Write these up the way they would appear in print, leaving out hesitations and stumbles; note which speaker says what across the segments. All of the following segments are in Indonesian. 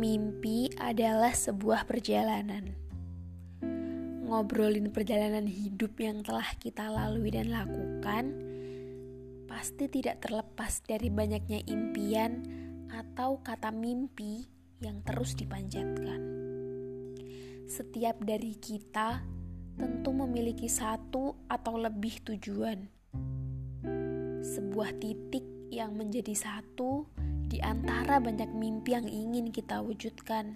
Speaker 1: Mimpi adalah sebuah perjalanan. Ngobrolin perjalanan hidup yang telah kita lalui dan lakukan, pasti tidak terlepas dari banyaknya impian atau kata mimpi yang terus dipanjatkan. Setiap dari kita tentu memiliki satu atau lebih tujuan. Sebuah titik yang menjadi satu di antara banyak mimpi yang ingin kita wujudkan.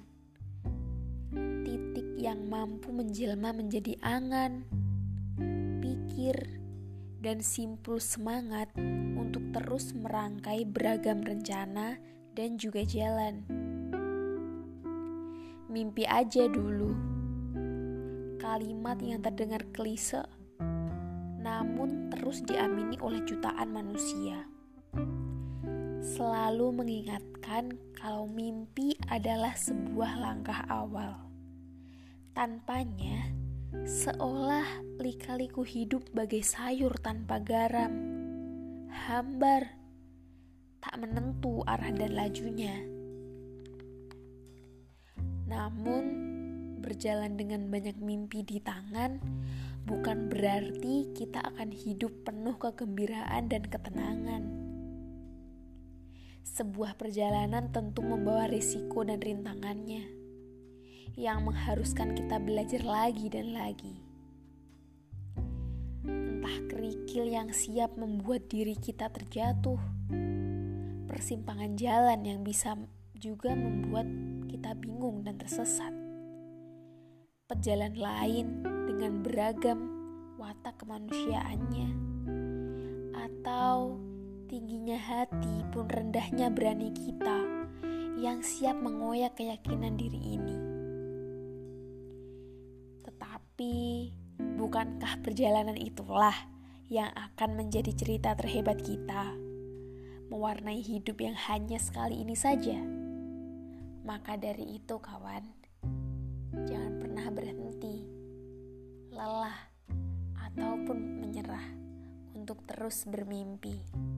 Speaker 1: Titik yang mampu menjelma menjadi angan, pikir, dan simpul semangat untuk terus merangkai beragam rencana dan juga jalan. Mimpi aja dulu. Kalimat yang terdengar klise, namun terus diamini oleh jutaan manusia. Selalu mengingatkan kalau mimpi adalah sebuah langkah awal. Tanpanya, seolah lika-liku hidup bagai sayur tanpa garam, hambar, tak menentu arah dan lajunya. Namun, berjalan dengan banyak mimpi di tangan bukan berarti kita akan hidup penuh kegembiraan dan ketenangan. Sebuah perjalanan tentu membawa risiko dan rintangannya yang mengharuskan kita belajar lagi dan lagi. Entah kerikil yang siap membuat diri kita terjatuh, persimpangan jalan yang bisa juga membuat kita bingung dan tersesat, pejalan lain dengan beragam watak kemanusiaannya, atau tingginya hati pun rendahnya berani kita yang siap mengoyak keyakinan diri ini. Tetapi, bukankah perjalanan itulah yang akan menjadi cerita terhebat kita, mewarnai hidup yang hanya sekali ini saja? Maka dari itu kawan, jangan pernah berhenti, lelah, ataupun menyerah untuk terus bermimpi.